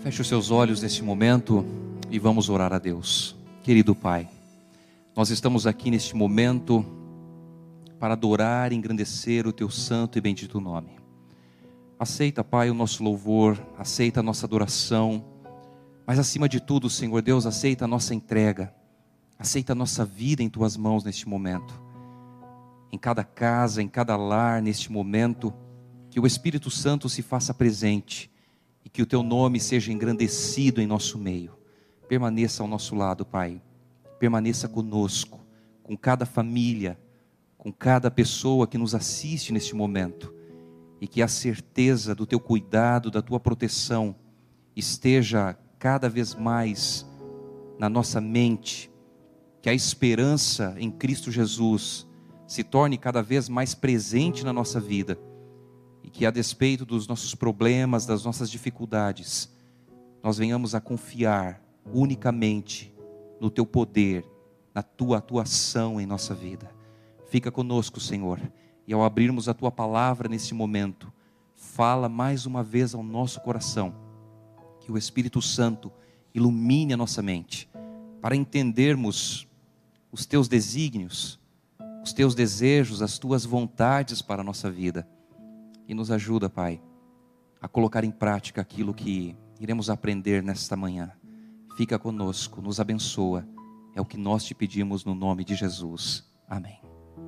Feche os seus olhos neste momento e vamos orar a Deus. Querido Pai, nós estamos aqui neste momento para adorar e engrandecer o Teu santo e bendito nome. Aceita, Pai, o nosso louvor, aceita a nossa adoração, mas acima de tudo, Senhor Deus, aceita a nossa entrega, aceita a nossa vida em Tuas mãos neste momento. Em cada casa, em cada lar, neste momento, que o Espírito Santo se faça presente e que o Teu nome seja engrandecido em nosso meio. Permaneça ao nosso lado, Pai. Permaneça conosco, com cada família, com cada pessoa que nos assiste neste momento. E que a certeza do Teu cuidado, da Tua proteção, esteja cada vez mais na nossa mente. Que a esperança em Cristo Jesus se torne cada vez mais presente na nossa vida. E que a despeito dos nossos problemas, das nossas dificuldades, nós venhamos a confiar unicamente no Teu poder, na Tua atuação em nossa vida. Fica conosco, Senhor, e ao abrirmos a Tua palavra nesse momento, fala mais uma vez ao nosso coração, que o Espírito Santo ilumine a nossa mente, para entendermos os Teus desígnios, os Teus desejos, as Tuas vontades para a nossa vida. E nos ajuda, Pai, a colocar em prática aquilo que iremos aprender nesta manhã. Fica conosco, nos abençoa. É o que nós te pedimos no nome de Jesus. Amém.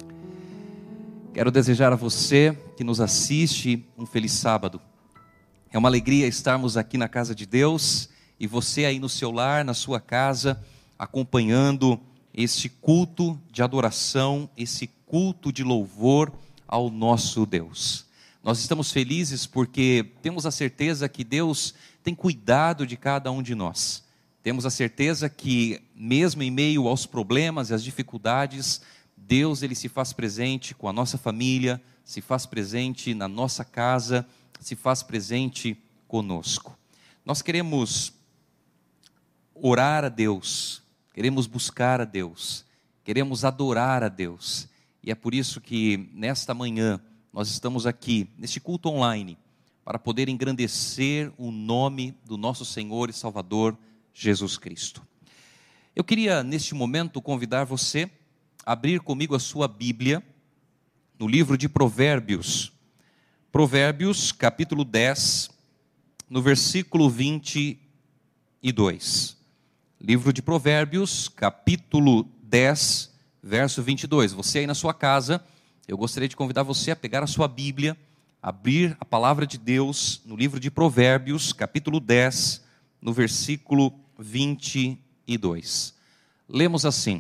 Quero desejar a você que nos assiste um feliz sábado. É uma alegria estarmos aqui na casa de Deus e você aí no seu lar, na sua casa, acompanhando este culto de adoração, esse culto de louvor ao nosso Deus. Nós estamos felizes porque temos a certeza que Deus tem cuidado de cada um de nós. Temos a certeza que mesmo em meio aos problemas e às dificuldades, Deus ele se faz presente com a nossa família, se faz presente na nossa casa, se faz presente conosco. Nós queremos orar a Deus, queremos buscar a Deus, queremos adorar a Deus. E é por isso que nesta manhã nós estamos aqui, neste culto online, para poder engrandecer o nome do nosso Senhor e Salvador, Jesus Cristo. Eu queria, neste momento, convidar você a abrir comigo a sua Bíblia, no livro de Provérbios. Provérbios, capítulo 10, no versículo 22. Livro de Provérbios, capítulo 10, verso 22. Você aí na sua casa, eu gostaria de convidar você a pegar a sua Bíblia, abrir a palavra de Deus no livro de Provérbios, capítulo 10, no versículo 22. Lemos assim: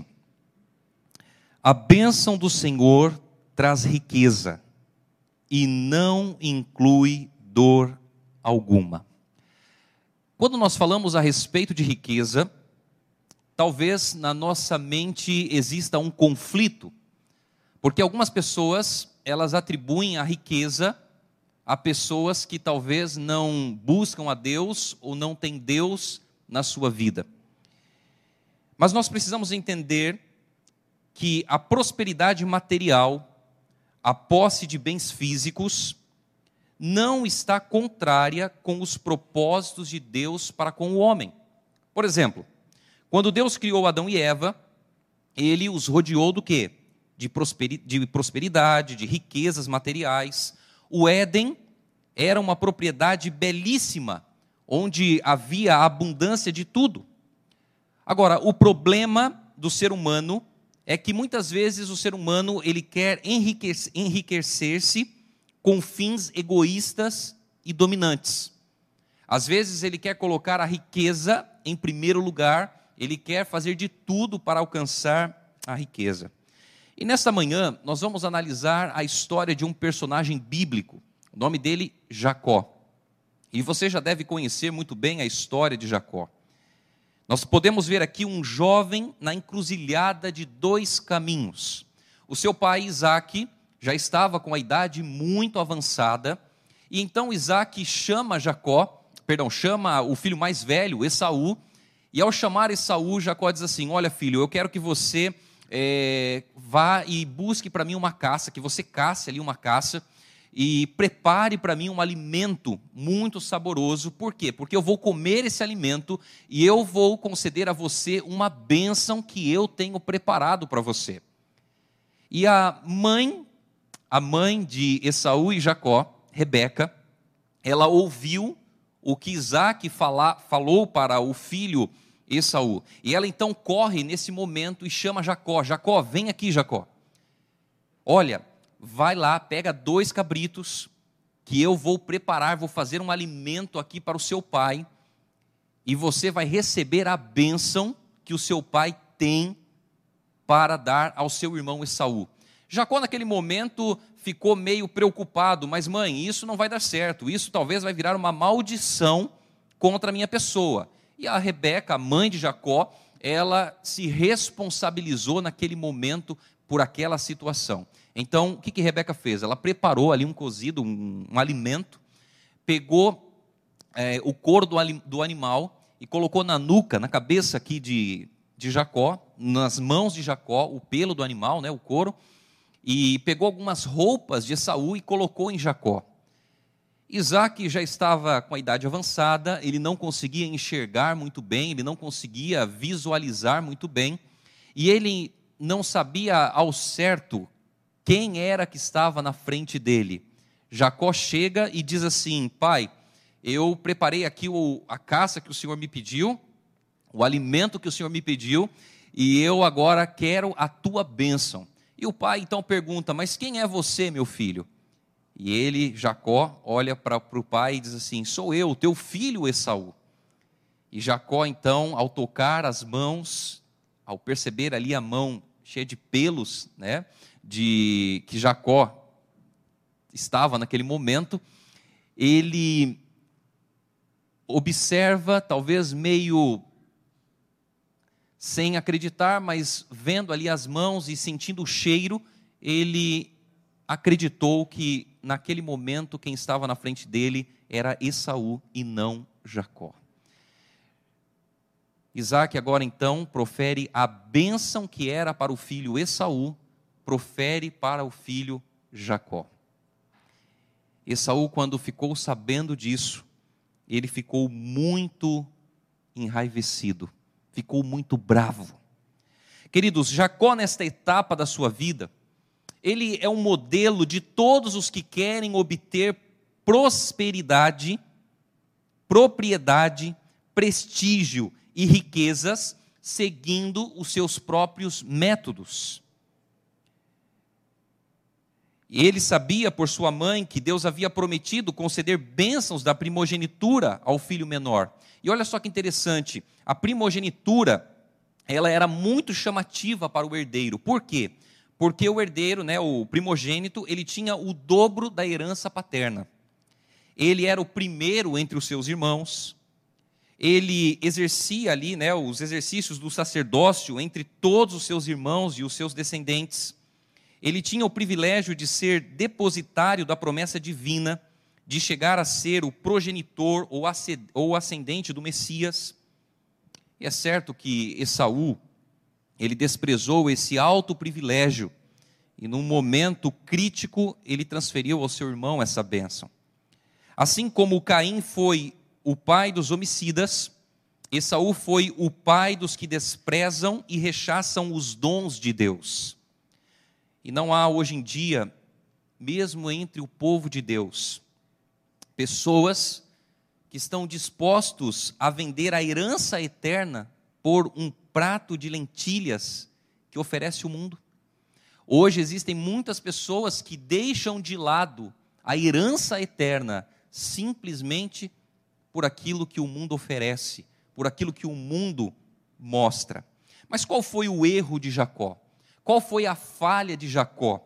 a bênção do Senhor traz riqueza e não inclui dor alguma. Quando nós falamos a respeito de riqueza, talvez na nossa mente exista um conflito, porque algumas pessoas, elas atribuem a riqueza a pessoas que talvez não buscam a Deus ou não têm Deus na sua vida. Mas nós precisamos entender que a prosperidade material, a posse de bens físicos, não está contrária com os propósitos de Deus para com o homem. Por exemplo, quando Deus criou Adão e Eva, Ele os rodeou do quê? De prosperidade, de riquezas materiais. O Éden era uma propriedade belíssima, onde havia abundância de tudo. Agora, o problema do ser humano é que muitas vezes o ser humano ele quer enriquecer-se com fins egoístas e dominantes. Às vezes ele quer colocar a riqueza em primeiro lugar, ele quer fazer de tudo para alcançar a riqueza. E nesta manhã nós vamos analisar a história de um personagem bíblico, o nome dele Jacó. E você já deve conhecer muito bem a história de Jacó. Nós podemos ver aqui um jovem na encruzilhada de dois caminhos. O seu pai Isaac já estava com a idade muito avançada, e então Isaac chama o filho mais velho, Esaú, e ao chamar Esaú, Jacó diz assim: olha filho, eu quero que você vá e busque para mim uma caça, que você casse ali uma caça, e prepare para mim um alimento muito saboroso. Por quê? Porque eu vou comer esse alimento e eu vou conceder a você uma bênção que eu tenho preparado para você. E a mãe de Esaú e Jacó, Rebeca, ela ouviu o que Isaac falou para o filho Esaú. E ela então corre nesse momento e chama Jacó. Jacó, vem aqui, Jacó. Olha, vai lá, pega 2 cabritos, que eu vou preparar, vou fazer um alimento aqui para o seu pai, e você vai receber a bênção que o seu pai tem para dar ao seu irmão Esaú. Jacó naquele momento ficou meio preocupado, mas mãe, isso não vai dar certo, isso talvez vai virar uma maldição contra a minha pessoa. E a Rebeca, a mãe de Jacó, ela se responsabilizou naquele momento por aquela situação. Então, o que Rebeca fez? Ela preparou ali um cozido, um alimento, pegou o couro do animal e colocou na nuca, na cabeça aqui de Jacó, nas mãos de Jacó, o pelo do animal, né, o couro, e pegou algumas roupas de Esaú e colocou em Jacó. Isaac já estava com a idade avançada, ele não conseguia enxergar muito bem, ele não conseguia visualizar muito bem, e ele não sabia ao certo quem era que estava na frente dele. Jacó chega e diz assim: pai, eu preparei aqui a caça que o Senhor me pediu, o alimento que o Senhor me pediu, e eu agora quero a tua bênção. E o pai então pergunta: mas quem é você, meu filho? E ele, Jacó, olha para o pai e diz assim: sou eu, teu filho Esaú. E Jacó então, ao tocar as mãos, ao perceber ali a mão cheia de pelos, né, que Jacó estava naquele momento, ele observa, talvez meio sem acreditar, mas vendo ali as mãos e sentindo o cheiro, ele acreditou que naquele momento quem estava na frente dele era Esaú e não Jacó. Isaac agora então profere a bênção que era para o filho Esaú, profere para o filho Jacó. Esaú, quando ficou sabendo disso, ele ficou muito enraivecido, ficou muito bravo. Queridos, Jacó nesta etapa da sua vida, ele é um modelo de todos os que querem obter prosperidade, propriedade, prestígio e riquezas, seguindo os seus próprios métodos. Ele sabia por sua mãe que Deus havia prometido conceder bênçãos da primogenitura ao filho menor. E olha só que interessante, a primogenitura, ela era muito chamativa para o herdeiro. Por quê? Porque o herdeiro, né, o primogênito, ele tinha o dobro da herança paterna. Ele era o primeiro entre os seus irmãos. Ele exercia ali, né, os exercícios do sacerdócio entre todos os seus irmãos e os seus descendentes. Ele tinha o privilégio de ser depositário da promessa divina, de chegar a ser o progenitor ou ascendente do Messias. E é certo que Esaú, ele desprezou esse alto privilégio e num momento crítico ele transferiu ao seu irmão essa bênção. Assim como Caim foi o pai dos homicidas, Esaú foi o pai dos que desprezam e rechaçam os dons de Deus. E não há hoje em dia, mesmo entre o povo de Deus, pessoas que estão dispostos a vender a herança eterna por um prato de lentilhas que oferece o mundo. Hoje existem muitas pessoas que deixam de lado a herança eterna simplesmente por aquilo que o mundo oferece, por aquilo que o mundo mostra. Mas qual foi o erro de Jacó? Qual foi a falha de Jacó?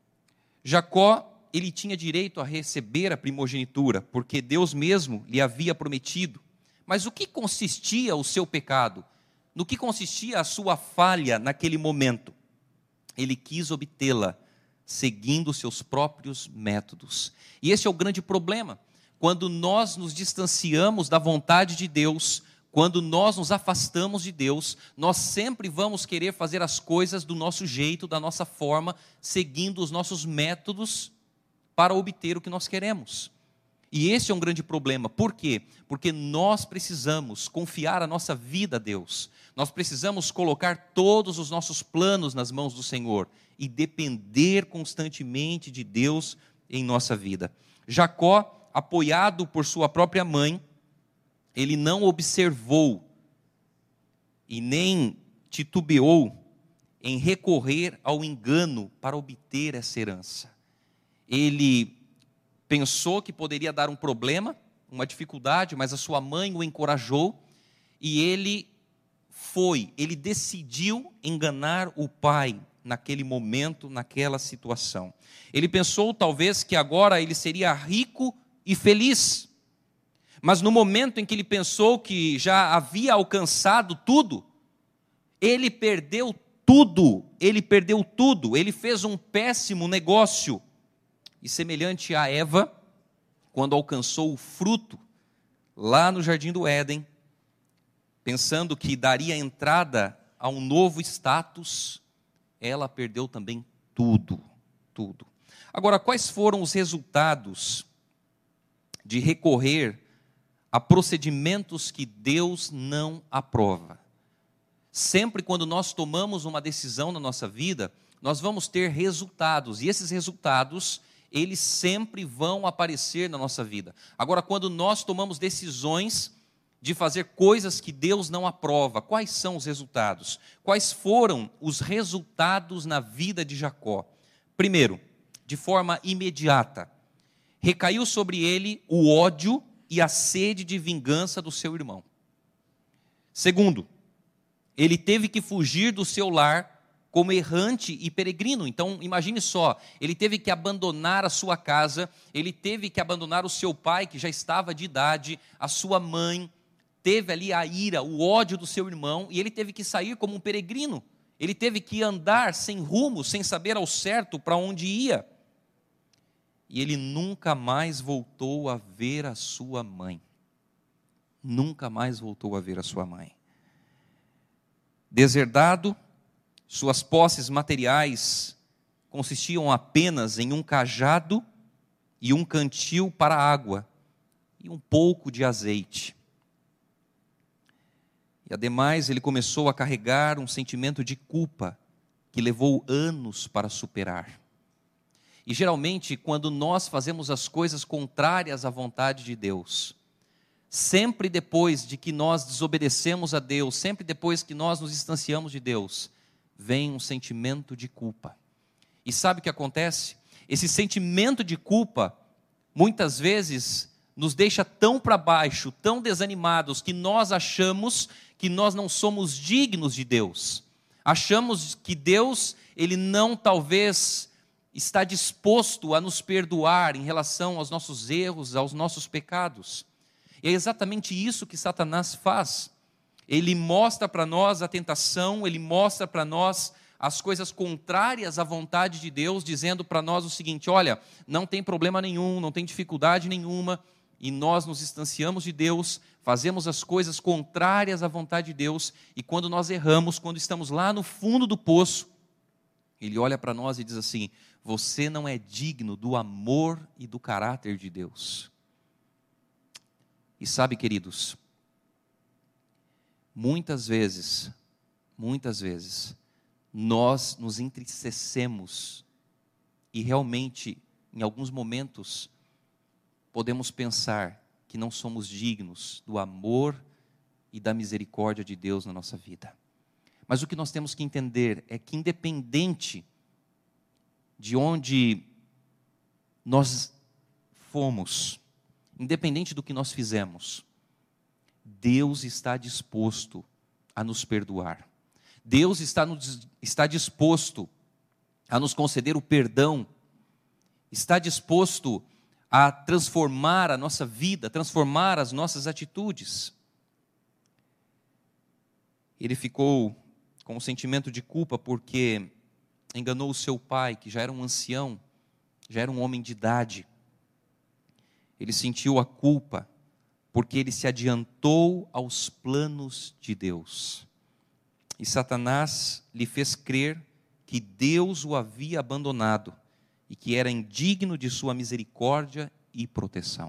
Jacó, ele tinha direito a receber a primogenitura, porque Deus mesmo lhe havia prometido. Mas o que consistia o seu pecado? No que consistia a sua falha naquele momento? Ele quis obtê-la seguindo os seus próprios métodos. E esse é o grande problema. Quando nós nos distanciamos da vontade de Deus, quando nós nos afastamos de Deus, nós sempre vamos querer fazer as coisas do nosso jeito, da nossa forma, seguindo os nossos métodos, para obter o que nós queremos. E esse é um grande problema. Por quê? Porque nós precisamos confiar a nossa vida a Deus. Nós precisamos colocar todos os nossos planos nas mãos do Senhor e depender constantemente de Deus em nossa vida. Jacó, apoiado por sua própria mãe, ele não observou e nem titubeou em recorrer ao engano para obter essa herança. Ele pensou que poderia dar um problema, uma dificuldade, mas a sua mãe o encorajou e ele decidiu enganar o pai naquele momento, naquela situação. Ele pensou talvez que agora ele seria rico e feliz, mas no momento em que ele pensou que já havia alcançado tudo, ele perdeu tudo, ele fez um péssimo negócio. E semelhante a Eva, quando alcançou o fruto lá no Jardim do Éden, pensando que daria entrada a um novo status, ela perdeu também tudo. Agora, quais foram os resultados de recorrer a procedimentos que Deus não aprova? Sempre quando nós tomamos uma decisão na nossa vida, nós vamos ter resultados, e esses resultados, eles sempre vão aparecer na nossa vida. Agora, quando nós tomamos decisões de fazer coisas que Deus não aprova, quais são os resultados? Quais foram os resultados na vida de Jacó? Primeiro, de forma imediata, recaiu sobre ele o ódio e a sede de vingança do seu irmão. Segundo, ele teve que fugir do seu lar como errante e peregrino. Então, imagine só, ele teve que abandonar a sua casa, ele teve que abandonar o seu pai, que já estava de idade, a sua mãe, teve ali a ira, o ódio do seu irmão, e ele teve que sair como um peregrino. Ele teve que andar sem rumo, sem saber ao certo para onde ia. E ele nunca mais voltou a ver a sua mãe. Nunca mais voltou a ver a sua mãe. Deserdado, suas posses materiais consistiam apenas em um cajado e um cantil para água e um pouco de azeite. E ademais ele começou a carregar um sentimento de culpa que levou anos para superar. E geralmente quando nós fazemos as coisas contrárias à vontade de Deus, sempre depois de que nós desobedecemos a Deus, sempre depois que nós nos distanciamos de Deus, vem um sentimento de culpa. E sabe o que acontece? Esse sentimento de culpa, muitas vezes, nos deixa tão para baixo, tão desanimados, que nós achamos que nós não somos dignos de Deus. Achamos que Deus, Ele não talvez está disposto a nos perdoar em relação aos nossos erros, aos nossos pecados. E é exatamente isso que Satanás faz. Ele mostra para nós a tentação, ele mostra para nós as coisas contrárias à vontade de Deus, dizendo para nós o seguinte: olha, não tem problema nenhum, não tem dificuldade nenhuma, e nós nos distanciamos de Deus, fazemos as coisas contrárias à vontade de Deus, e quando nós erramos, quando estamos lá no fundo do poço, ele olha para nós e diz assim: você não é digno do amor e do caráter de Deus. E sabe, queridos, muitas vezes, nós nos entristecemos e realmente, em alguns momentos, podemos pensar que não somos dignos do amor e da misericórdia de Deus na nossa vida. Mas o que nós temos que entender é que, independente de onde nós fomos, independente do que nós fizemos, Deus está disposto a nos perdoar. Deus está disposto a nos conceder o perdão, está disposto a transformar a nossa vida, transformar as nossas atitudes. Ele ficou com um sentimento de culpa porque enganou o seu pai, que já era um ancião, já era um homem de idade. Ele sentiu a culpa porque ele se adiantou aos planos de Deus. E Satanás lhe fez crer que Deus o havia abandonado e que era indigno de sua misericórdia e proteção.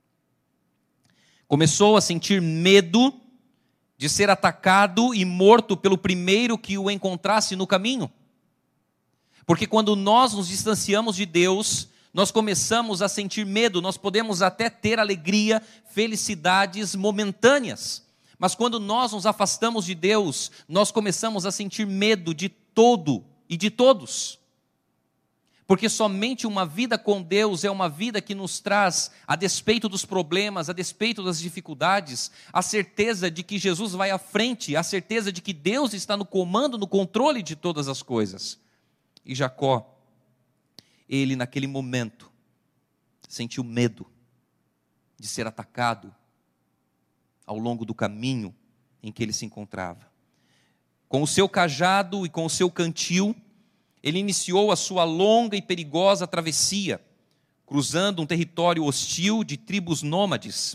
Começou a sentir medo de ser atacado e morto pelo primeiro que o encontrasse no caminho. Porque quando nós nos distanciamos de Deus, nós começamos a sentir medo, nós podemos até ter alegria, felicidades momentâneas. Mas quando nós nos afastamos de Deus, nós começamos a sentir medo de todo e de todos. Porque somente uma vida com Deus é uma vida que nos traz, a despeito dos problemas, a despeito das dificuldades, a certeza de que Jesus vai à frente, a certeza de que Deus está no comando, no controle de todas as coisas. E Jacó, ele naquele momento, sentiu medo de ser atacado ao longo do caminho em que ele se encontrava. Com o seu cajado e com o seu cantil, ele iniciou a sua longa e perigosa travessia, cruzando um território hostil de tribos nômades.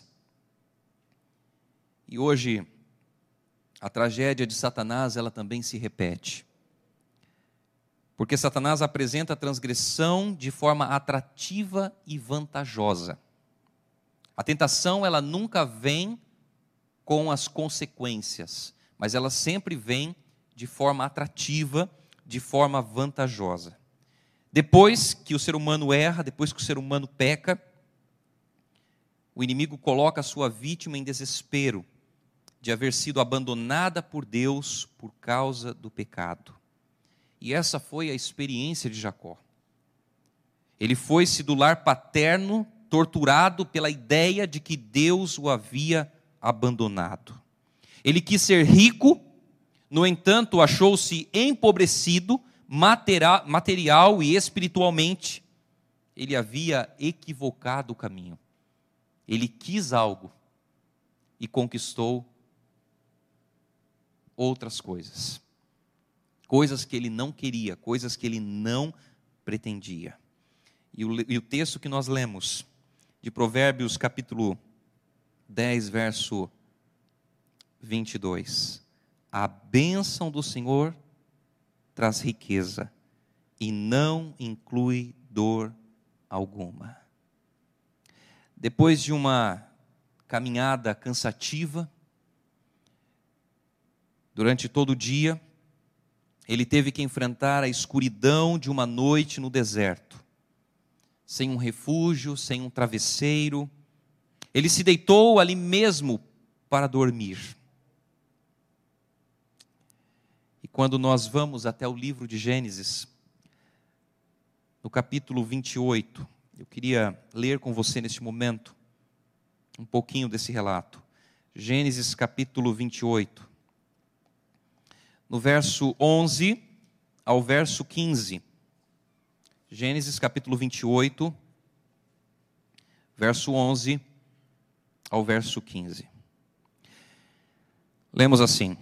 E hoje, a tragédia de Satanás, ela também se repete. Porque Satanás apresenta a transgressão de forma atrativa e vantajosa. A tentação, ela nunca vem com as consequências, mas ela sempre vem de forma atrativa, de forma vantajosa. Depois que o ser humano erra, depois que o ser humano peca, o inimigo coloca a sua vítima em desespero de haver sido abandonada por Deus por causa do pecado. E essa foi a experiência de Jacó. Ele foi-se do lar paterno, torturado pela ideia de que Deus o havia abandonado. Ele quis ser rico, no entanto, achou-se empobrecido, material e espiritualmente. Ele havia equivocado o caminho. Ele quis algo e conquistou outras coisas. Coisas que ele não queria, coisas que ele não pretendia. E o texto que nós lemos, de Provérbios capítulo 10, verso 22. A bênção do Senhor traz riqueza e não inclui dor alguma. Depois de uma caminhada cansativa, durante todo o dia, ele teve que enfrentar a escuridão de uma noite no deserto, sem um refúgio, sem um travesseiro. Ele se deitou ali mesmo para dormir. E quando nós vamos até o livro de Gênesis, no capítulo 28, eu queria ler com você neste momento um pouquinho desse relato. Gênesis capítulo 28, no verso 11 ao verso 15. Gênesis capítulo 28, verso 11 ao verso 15. Lemos assim: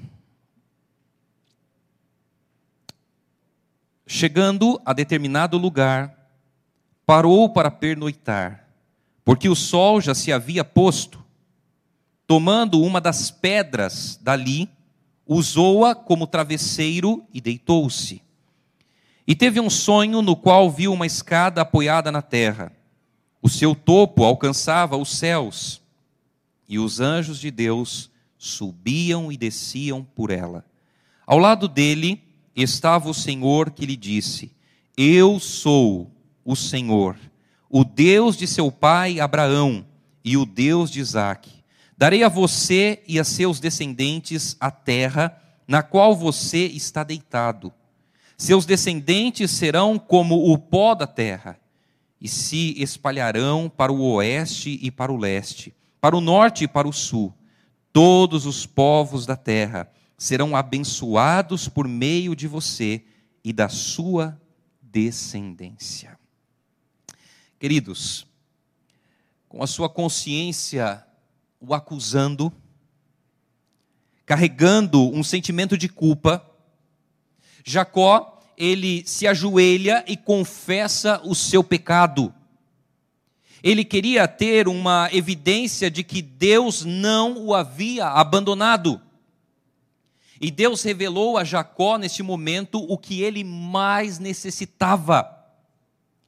chegando a determinado lugar, parou para pernoitar, porque o sol já se havia posto. Tomando uma das pedras dali, usou-a como travesseiro e deitou-se. E teve um sonho no qual viu uma escada apoiada na terra. O seu topo alcançava os céus, e os anjos de Deus subiam e desciam por ela. Ao lado dele estava o Senhor, que lhe disse: Eu sou o Senhor, o Deus de seu pai Abraão e o Deus de Isaque. Darei a você e a seus descendentes a terra na qual você está deitado. Seus descendentes serão como o pó da terra, e se espalharão para o oeste e para o leste, para o norte e para o sul. Todos os povos da terra serão abençoados por meio de você e da sua descendência. Queridos, com a sua consciência o acusando, carregando um sentimento de culpa, Jacó, ele se ajoelha e confessa o seu pecado. Ele queria ter uma evidência de que Deus não o havia abandonado. E Deus revelou a Jacó, neste momento, o que ele mais necessitava.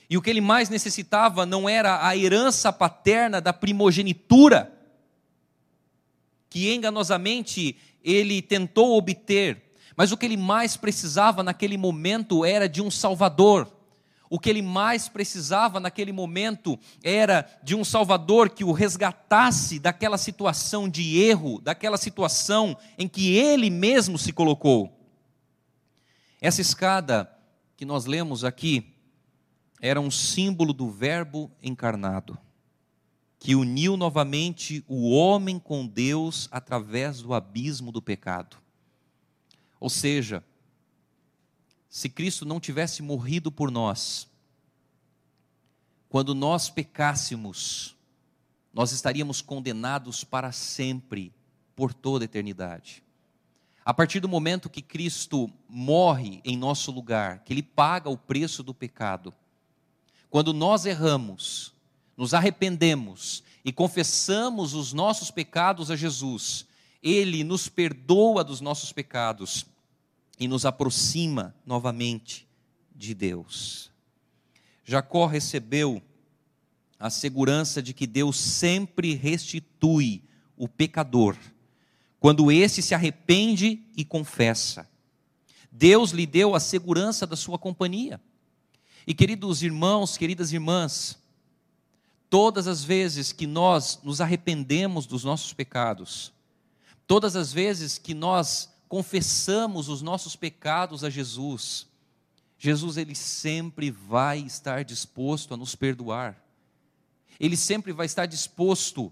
E o que ele mais necessitava não era a herança paterna da primogenitura, que enganosamente ele tentou obter, mas o que ele mais precisava naquele momento era de um Salvador. O que ele mais precisava naquele momento era de um Salvador que o resgatasse daquela situação de erro, daquela situação em que ele mesmo se colocou. Essa escada que nós lemos aqui era um símbolo do Verbo encarnado, que uniu novamente o homem com Deus através do abismo do pecado. Ou seja, se Cristo não tivesse morrido por nós, quando nós pecássemos, nós estaríamos condenados para sempre, por toda a eternidade. A partir do momento que Cristo morre em nosso lugar, que Ele paga o preço do pecado, quando nós erramos, nos arrependemos e confessamos os nossos pecados a Jesus, Ele nos perdoa dos nossos pecados e nos aproxima novamente de Deus. Jacó recebeu a segurança de que Deus sempre restitui o pecador, quando esse se arrepende e confessa. Deus lhe deu a segurança da sua companhia. E queridos irmãos, queridas irmãs, todas as vezes que nós nos arrependemos dos nossos pecados, todas as vezes que nós confessamos os nossos pecados a Jesus, Jesus ele sempre vai estar disposto a nos perdoar. Ele sempre vai estar disposto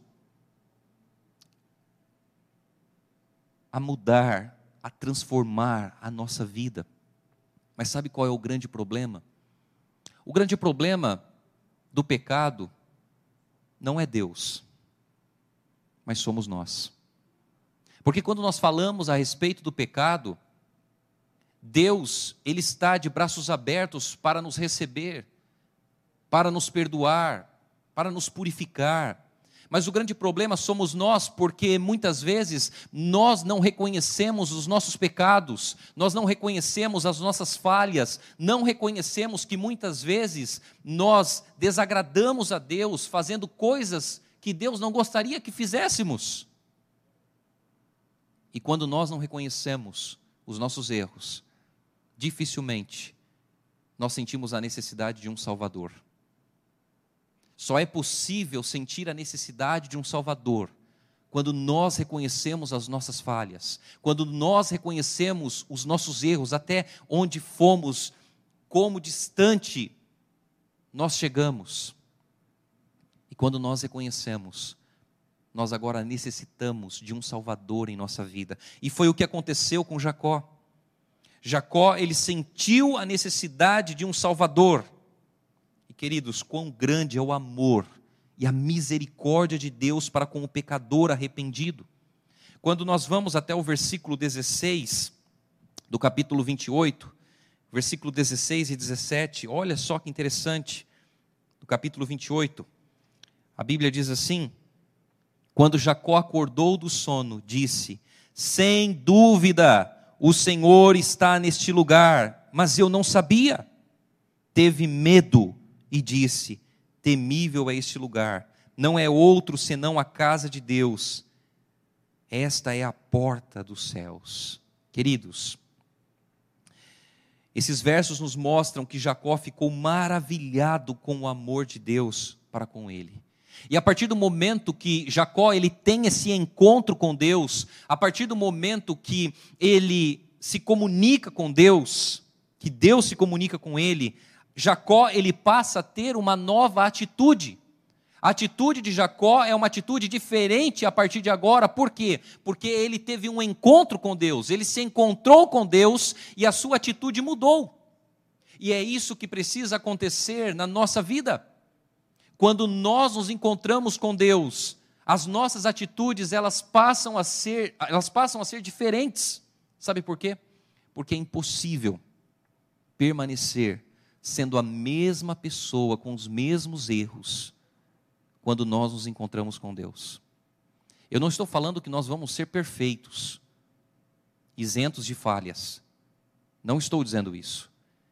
a mudar, a transformar a nossa vida. Mas sabe qual é o grande problema? O grande problema do pecado não é Deus, mas somos nós. Porque quando nós falamos a respeito do pecado, Deus, Ele está de braços abertos para nos receber, para nos perdoar, para nos purificar. Mas o grande problema somos nós, porque muitas vezes nós não reconhecemos os nossos pecados, nós não reconhecemos as nossas falhas, não reconhecemos que muitas vezes nós desagradamos a Deus fazendo coisas que Deus não gostaria que fizéssemos. E quando nós não reconhecemos os nossos erros, dificilmente nós sentimos a necessidade de um Salvador. Só é possível sentir a necessidade de um Salvador quando nós reconhecemos as nossas falhas, quando nós reconhecemos os nossos erros, até onde fomos, como distante nós chegamos. E quando nós reconhecemos, nós agora necessitamos de um Salvador em nossa vida. E foi o que aconteceu com Jacó. Jacó, ele sentiu a necessidade de um Salvador. E queridos, quão grande é o amor e a misericórdia de Deus para com o pecador arrependido. Quando nós vamos até o versículo 16 do capítulo 28, versículo 16 e 17, olha só que interessante, do capítulo 28, a Bíblia diz assim: quando Jacó acordou do sono, disse: sem dúvida, o Senhor está neste lugar, mas eu não sabia. Teve medo e disse: temível é este lugar, não é outro senão a casa de Deus. Esta é a porta dos céus. Queridos, esses versos nos mostram que Jacó ficou maravilhado com o amor de Deus para com ele. E a partir do momento que Jacó ele tem esse encontro com Deus, a partir do momento que ele se comunica com Deus, que Deus se comunica com ele, Jacó ele passa a ter uma nova atitude. A atitude de Jacó é uma atitude diferente a partir de agora. Por quê? Porque ele teve um encontro com Deus, ele se encontrou com Deus e a sua atitude mudou. E é isso que precisa acontecer na nossa vida. Quando nós nos encontramos com Deus, as nossas atitudes elas passam a ser diferentes. Sabe por quê? Porque é impossível permanecer sendo a mesma pessoa com os mesmos erros quando nós nos encontramos com Deus. Eu não estou falando que nós vamos ser perfeitos, isentos de falhas. Não estou dizendo isso.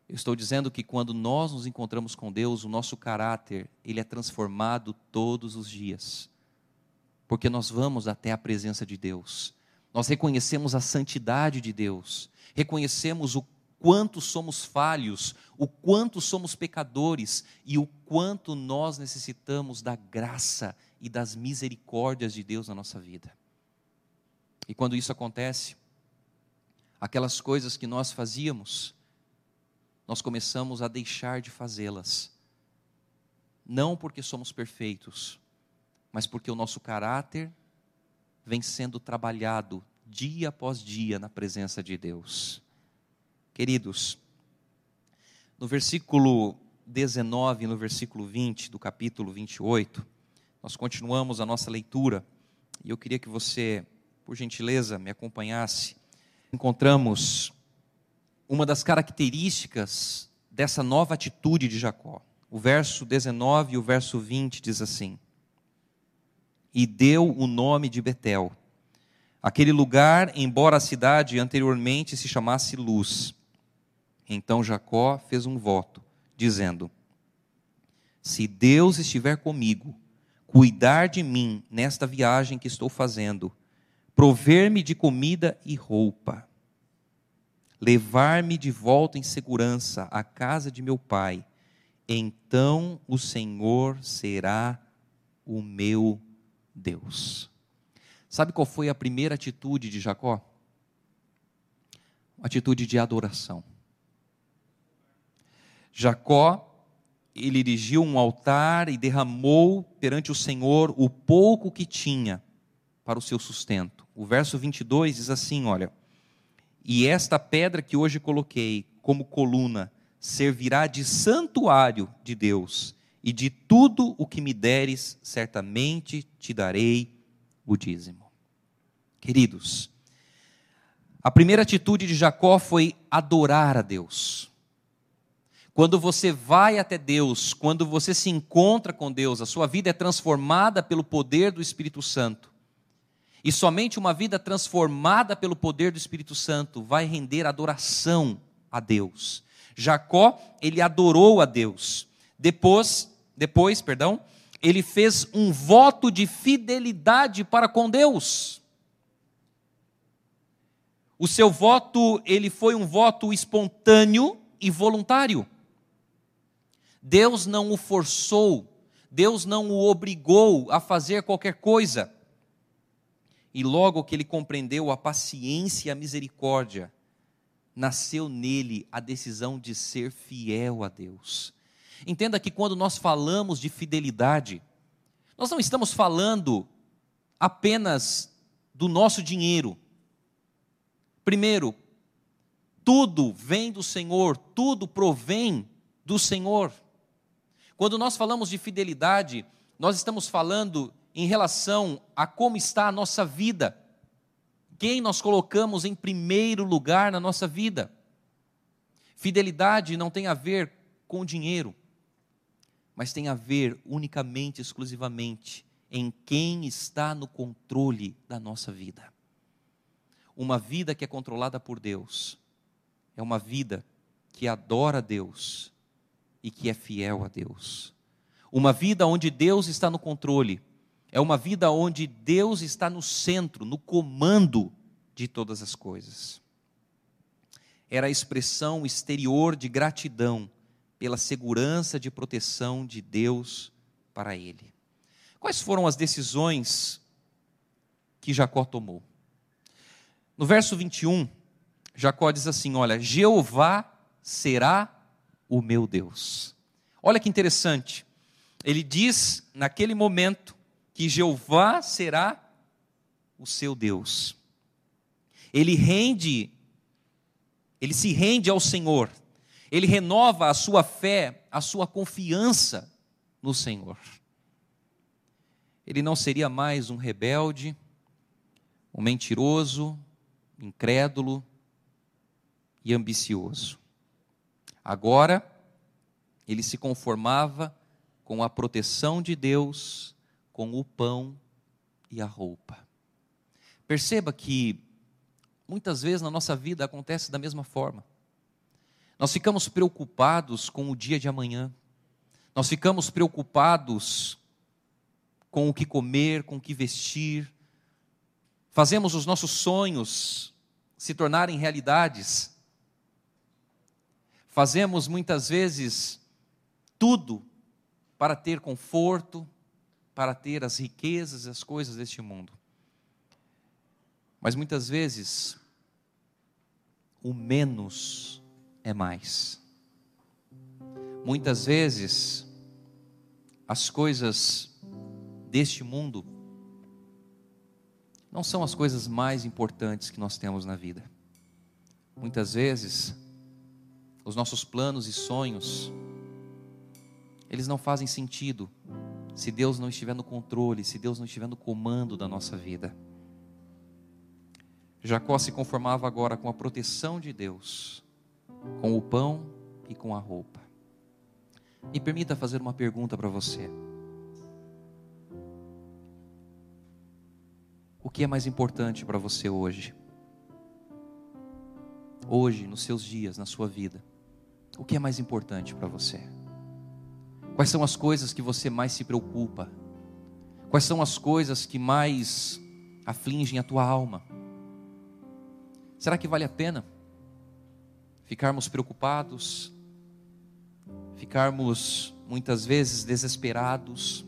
Eu estou dizendo que quando nós nos encontramos com Deus, o nosso caráter, ele é transformado todos os dias. Porque nós vamos até a presença de Deus. Nós reconhecemos a santidade de Deus. Reconhecemos o quanto somos falhos, o quanto somos pecadores e o quanto nós necessitamos da graça e das misericórdias de Deus na nossa vida. E quando isso acontece, aquelas coisas que nós fazíamos, nós começamos a deixar de fazê-las. Não porque somos perfeitos, mas porque o nosso caráter vem sendo trabalhado dia após dia na presença de Deus. Queridos, no versículo 19 e no versículo 20 do capítulo 28, nós continuamos a nossa leitura, e eu queria que você, por gentileza, me acompanhasse. Encontramos uma das características dessa nova atitude de Jacó. O verso 19 e o verso 20 diz assim: e deu o nome de Betel. Aquele lugar, embora a cidade anteriormente se chamasse Luz. Então Jacó fez um voto, dizendo: se Deus estiver comigo, cuidar de mim nesta viagem que estou fazendo, prover-me de comida e roupa, levar-me de volta em segurança à casa de meu pai, então o Senhor será o meu Deus. Sabe qual foi a primeira atitude de Jacó? Uma atitude de adoração. Jacó, ele erigiu um altar e derramou perante o Senhor o pouco que tinha para o seu sustento. O verso 22 diz assim, olha: e esta pedra que hoje coloquei como coluna servirá de santuário de Deus, e de tudo o que me deres, certamente te darei o dízimo. Queridos, a primeira atitude de Jacó foi adorar a Deus. Quando você vai até Deus, quando você se encontra com Deus, a sua vida é transformada pelo poder do Espírito Santo. E somente uma vida transformada pelo poder do Espírito Santo vai render adoração a Deus. Jacó, ele adorou a Deus. Depois, ele fez um voto de fidelidade para com Deus. O seu voto, ele foi um voto espontâneo e voluntário. Deus não o forçou, Deus não o obrigou a fazer qualquer coisa. E logo que ele compreendeu a paciência e a misericórdia, nasceu nele a decisão de ser fiel a Deus. Entenda que quando nós falamos de fidelidade, nós não estamos falando apenas do nosso dinheiro. Primeiro, tudo vem do Senhor, tudo provém do Senhor. Quando nós falamos de fidelidade, nós estamos falando em relação a como está a nossa vida. Quem nós colocamos em primeiro lugar na nossa vida. Fidelidade não tem a ver com dinheiro, mas tem a ver unicamente, exclusivamente, em quem está no controle da nossa vida. Uma vida que é controlada por Deus é uma vida que adora a Deus e que é fiel a Deus. Uma vida onde Deus está no controle é uma vida onde Deus está no centro, no comando de todas as coisas. Era a expressão exterior de gratidão pela segurança de proteção de Deus para ele. Quais foram as decisões que Jacó tomou? No verso 21, Jacó diz assim, olha, Jeová será o meu Deus. Olha que interessante, ele diz naquele momento que Jeová será o seu Deus. Ele se rende ao Senhor, ele renova a sua fé, a sua confiança no Senhor. Ele não seria mais um rebelde, um mentiroso, incrédulo e ambicioso. Agora, ele se conformava com a proteção de Deus, com o pão e a roupa. Perceba que muitas vezes na nossa vida acontece da mesma forma. Nós ficamos preocupados com o dia de amanhã. Nós ficamos preocupados com o que comer, com o que vestir. Fazemos os nossos sonhos se tornarem realidades. Fazemos muitas vezes tudo para ter conforto, para ter as riquezas e as coisas deste mundo. Mas muitas vezes, o menos é mais. Muitas vezes, as coisas deste mundo não são as coisas mais importantes que nós temos na vida. Muitas vezes, os nossos planos e sonhos, eles não fazem sentido se Deus não estiver no controle, se Deus não estiver no comando da nossa vida. Jacó se conformava agora com a proteção de Deus, com o pão e com a roupa. Me permita fazer uma pergunta para você. O que é mais importante para você hoje? Hoje, nos seus dias, na sua vida, o que é mais importante para você? Quais são as coisas que você mais se preocupa? Quais são as coisas que mais afligem a tua alma? Será que vale a pena ficarmos preocupados, ficarmos muitas vezes desesperados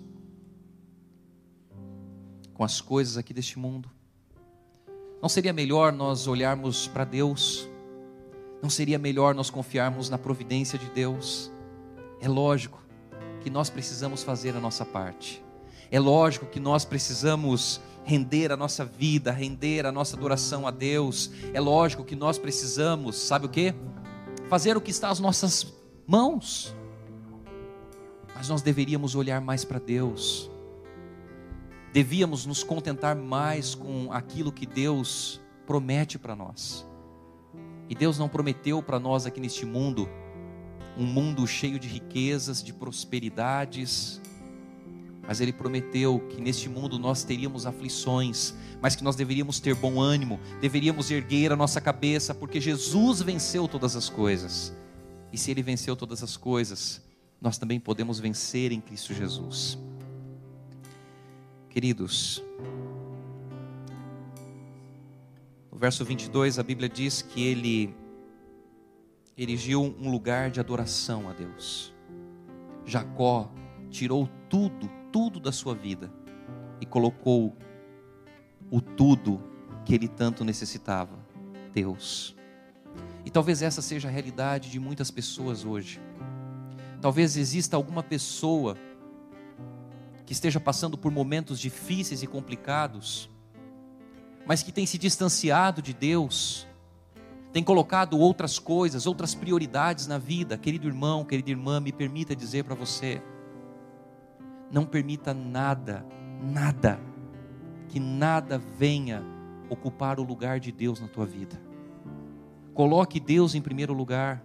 com as coisas aqui deste mundo? Não seria melhor nós olharmos para Deus? Não seria melhor nós confiarmos na providência de Deus? É lógico que nós precisamos fazer a nossa parte. É lógico que nós precisamos render a nossa vida, render a nossa adoração a Deus. É lógico que nós precisamos, sabe o quê? Fazer o que está às nossas mãos. Mas nós deveríamos olhar mais para Deus. Devíamos nos contentar mais com aquilo que Deus promete para nós. E Deus não prometeu para nós aqui neste mundo um mundo cheio de riquezas, de prosperidades, mas Ele prometeu que neste mundo nós teríamos aflições, mas que nós deveríamos ter bom ânimo, deveríamos erguer a nossa cabeça, porque Jesus venceu todas as coisas. E se Ele venceu todas as coisas, nós também podemos vencer em Cristo Jesus. Queridos, no verso 22 a Bíblia diz que ele erigiu um lugar de adoração a Deus. Jacó tirou tudo da sua vida e colocou o tudo que ele tanto necessitava, Deus. E talvez essa seja a realidade de muitas pessoas hoje. Talvez exista alguma pessoa que esteja passando por momentos difíceis e complicados, mas que tem se distanciado de Deus, tem colocado outras coisas, outras prioridades na vida. Querido irmão, querida irmã, me permita dizer para você: não permita nada venha ocupar o lugar de Deus na tua vida. Coloque Deus em primeiro lugar.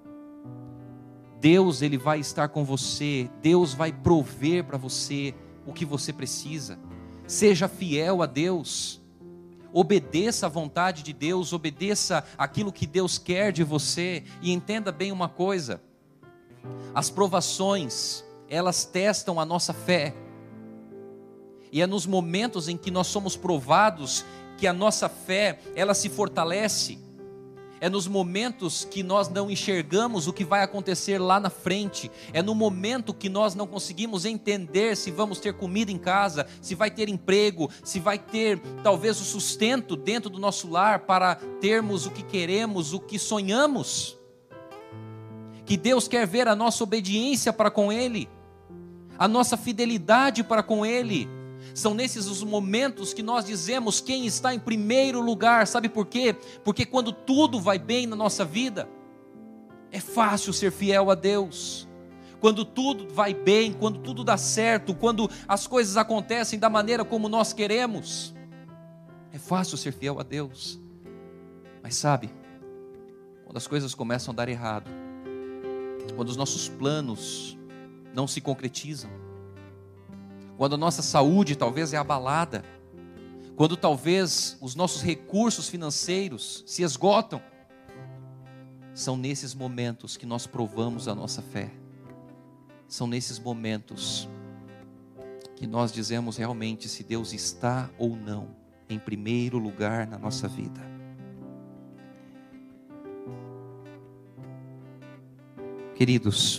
Deus, Ele vai estar com você. Deus vai prover para você o que você precisa. Seja fiel a Deus. Obedeça à vontade de Deus, obedeça aquilo que Deus quer de você. E entenda bem uma coisa: as provações, elas testam a nossa fé. E é nos momentos em que nós somos provados que a nossa fé, ela se fortalece. É nos momentos que nós não enxergamos o que vai acontecer lá na frente. É no momento que nós não conseguimos entender se vamos ter comida em casa, se vai ter emprego, se vai ter talvez o sustento dentro do nosso lar para termos o que queremos, o que sonhamos. Que Deus quer ver a nossa obediência para com Ele, a nossa fidelidade para com Ele. São nesses os momentos que nós dizemos quem está em primeiro lugar. Sabe por quê? Porque quando tudo vai bem na nossa vida, é fácil ser fiel a Deus. Quando tudo vai bem, quando tudo dá certo, quando as coisas acontecem da maneira como nós queremos, é fácil ser fiel a Deus. Mas sabe, quando as coisas começam a dar errado, quando os nossos planos não se concretizam, quando a nossa saúde talvez é abalada, quando talvez os nossos recursos financeiros se esgotam, São nesses momentos que nós provamos a nossa fé. São nesses momentos que nós dizemos realmente se Deus está ou não em primeiro lugar na nossa vida. Queridos,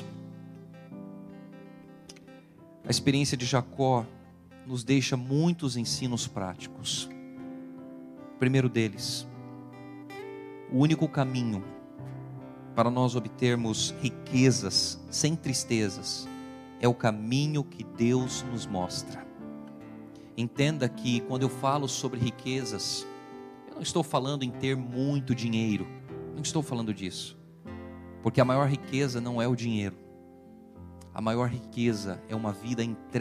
a experiência de Jacó nos deixa muitos ensinos práticos. O primeiro deles, o único caminho para nós obtermos riquezas sem tristezas é o caminho que Deus nos mostra. Entenda que quando eu falo sobre riquezas, eu não estou falando em ter muito dinheiro, não estou falando disso, porque a maior riqueza não é o dinheiro. A maior riqueza é uma vida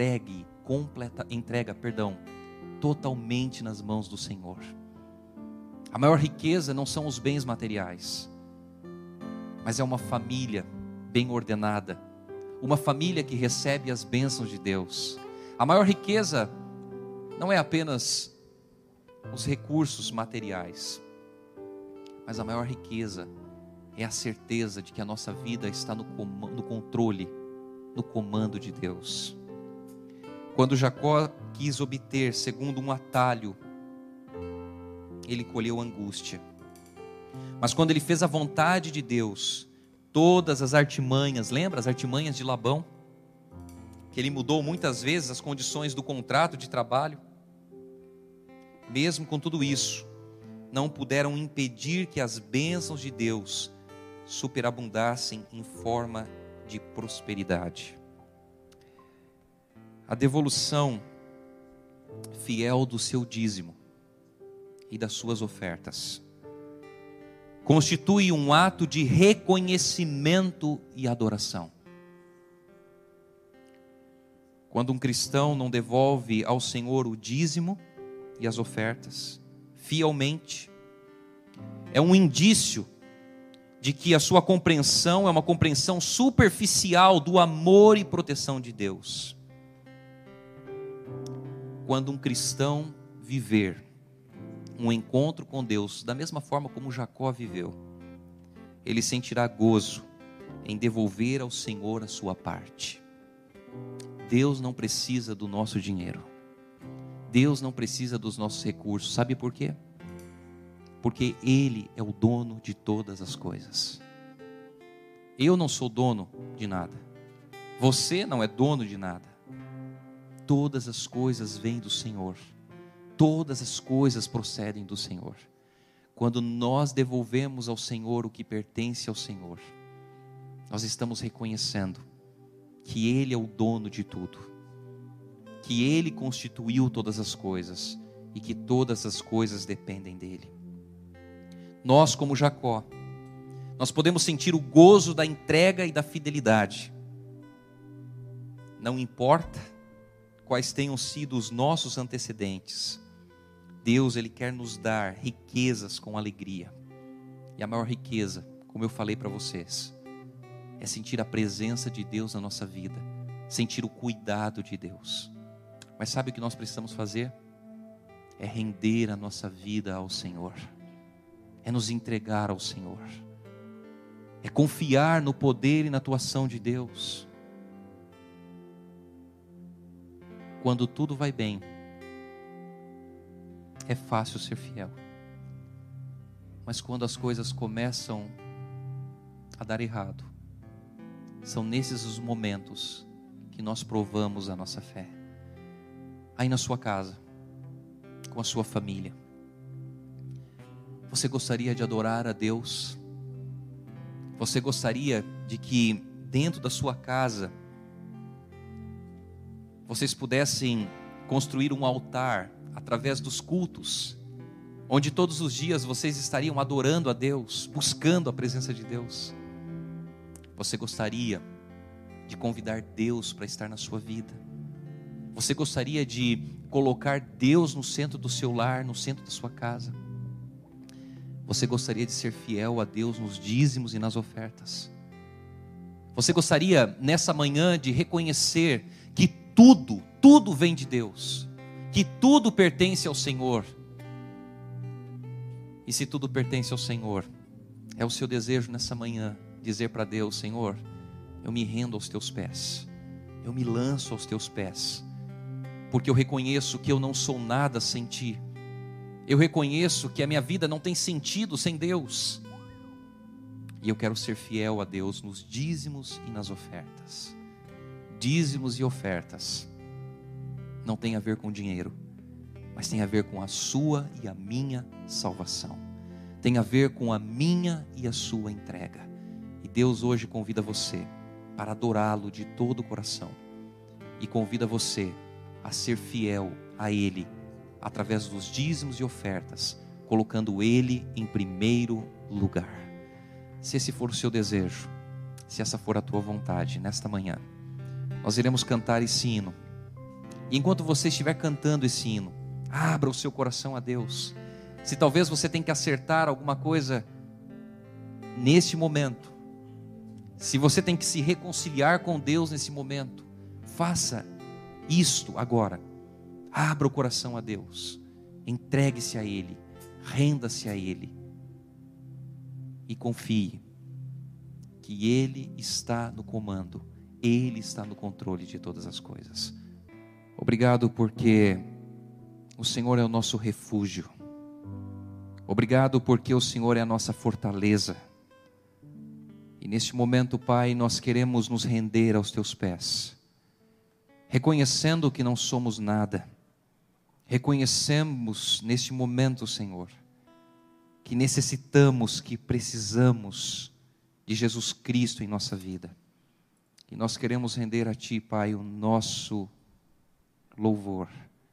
totalmente nas mãos do Senhor. A maior riqueza não são os bens materiais, mas é uma família bem ordenada, uma família que recebe as bênçãos de Deus. A maior riqueza não é apenas os recursos materiais, mas a maior riqueza é a certeza de que a nossa vida está no controle, no comando de Deus. Quando Jacó quis obter segundo um atalho, ele colheu angústia. Mas quando ele fez a vontade de Deus, todas as artimanhas, lembra as artimanhas de Labão? Que ele mudou muitas vezes as condições do contrato de trabalho. Mesmo com tudo isso, não puderam impedir que as bênçãos de Deus superabundassem em forma de prosperidade. A devolução fiel do seu dízimo e das suas ofertas constitui um ato de reconhecimento e adoração. Quando um cristão não devolve ao Senhor o dízimo e as ofertas fielmente, é um indício de que a sua compreensão é uma compreensão superficial do amor e proteção de Deus. Quando um cristão viver um encontro com Deus da mesma forma como Jacó viveu, ele sentirá gozo em devolver ao Senhor a sua parte. Deus não precisa do nosso dinheiro. Deus não precisa dos nossos recursos. Sabe por quê? Porque Ele é o dono de todas as coisas. Eu não sou dono de nada. Você não é dono de nada. Todas as coisas vêm do Senhor. Todas as coisas procedem do Senhor. Quando nós devolvemos ao Senhor o que pertence ao Senhor, nós estamos reconhecendo que Ele é o dono de tudo, que Ele constituiu todas as coisas e que todas as coisas dependem dEle. Nós, como Jacó, nós podemos sentir o gozo da entrega e da fidelidade. Não importa quais tenham sido os nossos antecedentes, Deus, Ele quer nos dar riquezas com alegria. E a maior riqueza, como eu falei para vocês, é sentir a presença de Deus na nossa vida, sentir o cuidado de Deus. Mas sabe o que nós precisamos fazer? É render a nossa vida ao Senhor, é nos entregar ao Senhor, é confiar no poder e na atuação de Deus. Quando tudo vai bem, é fácil ser fiel. Mas quando as coisas começam a dar errado, são nesses os momentos que nós provamos a nossa fé. Aí na sua casa, com a sua família, você gostaria de adorar a Deus? Você gostaria de que dentro da sua casa vocês pudessem construir um altar através dos cultos, onde todos os dias vocês estariam adorando a Deus, buscando a presença de Deus? Você gostaria de convidar Deus para estar na sua vida? Você gostaria de colocar Deus no centro do seu lar, no centro da sua casa? Você gostaria de ser fiel a Deus nos dízimos e nas ofertas? Você gostaria nessa manhã de reconhecer que tudo vem de Deus, que tudo pertence ao Senhor? E se tudo pertence ao Senhor, É o seu desejo nessa manhã dizer para Deus: Senhor, eu me rendo aos teus pés, eu me lanço aos teus pés, porque eu reconheço que eu não sou nada sem ti. Eu reconheço que a minha vida não tem sentido sem Deus. E eu quero ser fiel a Deus nos dízimos e nas ofertas. Dízimos e ofertas não tem a ver com dinheiro, mas tem a ver com a sua e a minha salvação. Tem a ver com a minha e a sua entrega. E Deus hoje convida você para adorá-lo de todo o coração. E convida você a ser fiel a Ele, através dos dízimos e ofertas, colocando Ele em primeiro lugar. Se esse for o seu desejo, se essa for a tua vontade, nesta manhã, nós iremos cantar esse hino. E enquanto você estiver cantando esse hino, abra o seu coração a Deus. Se talvez você tenha que acertar alguma coisa neste momento, se você tem que se reconciliar com Deus nesse momento, faça isto agora. Abra o coração a Deus, entregue-se a Ele, renda-se a Ele e confie que Ele está no comando, Ele está no controle de todas as coisas. Obrigado porque o Senhor é o nosso refúgio. Obrigado porque o Senhor é a nossa fortaleza. E neste momento, Pai, nós queremos nos render aos teus pés, reconhecendo que não somos nada. Reconhecemos neste momento, Senhor, que necessitamos, que precisamos de Jesus Cristo em nossa vida. E nós queremos render a Ti, Pai, o nosso louvor,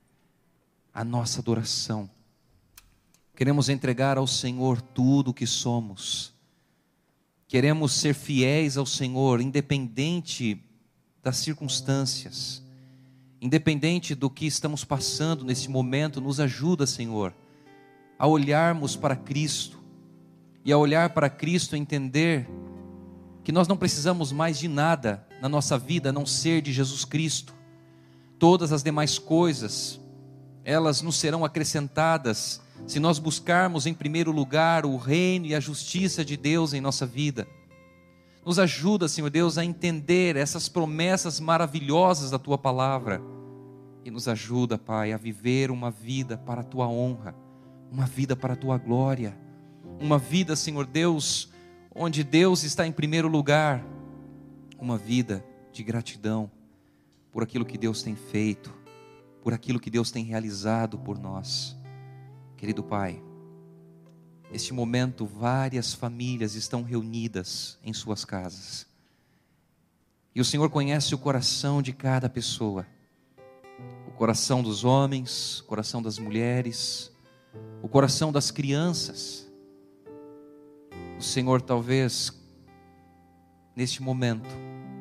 a nossa adoração. Queremos entregar ao Senhor tudo o que somos. Queremos ser fiéis ao Senhor, independente das circunstâncias, independente do que estamos passando nesse momento. Nos ajuda, Senhor, a olharmos para Cristo, e a olhar para Cristo entender que nós não precisamos mais de nada na nossa vida a não ser de Jesus Cristo. Todas as demais coisas, elas nos serão acrescentadas se nós buscarmos em primeiro lugar o reino e a justiça de Deus em nossa vida. Nos ajuda, Senhor Deus, a entender essas promessas maravilhosas da Tua palavra. E nos ajuda, Pai, a viver uma vida para a Tua honra, uma vida para a Tua glória. Uma vida, Senhor Deus, onde Deus está em primeiro lugar. Uma vida de gratidão por aquilo que Deus tem feito, por aquilo que Deus tem realizado por nós. Querido Pai, neste momento várias famílias estão reunidas em suas casas. E o Senhor conhece o coração de cada pessoa. O coração dos homens, o coração das mulheres, o coração das crianças. O Senhor talvez, neste momento,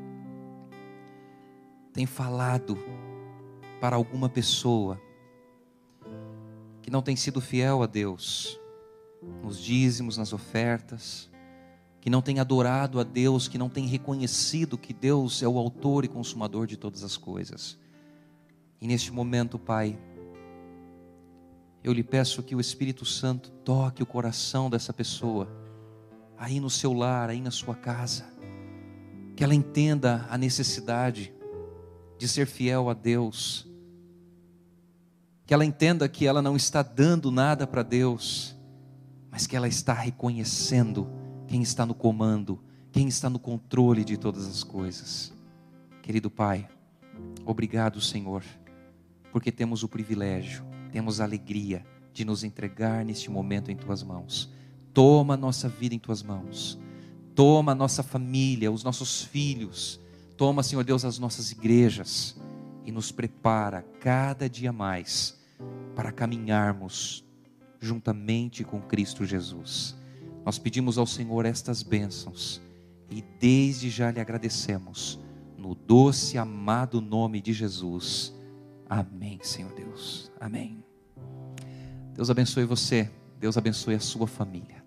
tem falado para alguma pessoa que não tem sido fiel a Deus, nos dízimos, nas ofertas, que não tem adorado a Deus, que não tem reconhecido que Deus é o autor e consumador de todas as coisas. E neste momento, Pai, eu lhe peço que o Espírito Santo toque o coração dessa pessoa, aí no seu lar, aí na sua casa, que ela entenda a necessidade de ser fiel a Deus, que ela entenda que ela não está dando nada para Deus, mas que ela está reconhecendo quem está no comando, quem está no controle de todas as coisas. Querido Pai, obrigado, Senhor, porque temos o privilégio, temos a alegria de nos entregar neste momento em Tuas mãos. Toma a nossa vida em Tuas mãos, toma a nossa família, os nossos filhos, toma, Senhor Deus, as nossas igrejas e nos prepara cada dia mais para caminharmos juntamente com Cristo Jesus. Nós pedimos ao Senhor estas bênçãos e desde já lhe agradecemos, no doce e amado nome de Jesus. Amém, Senhor Deus. Amém. Deus abençoe você, Deus abençoe a sua família.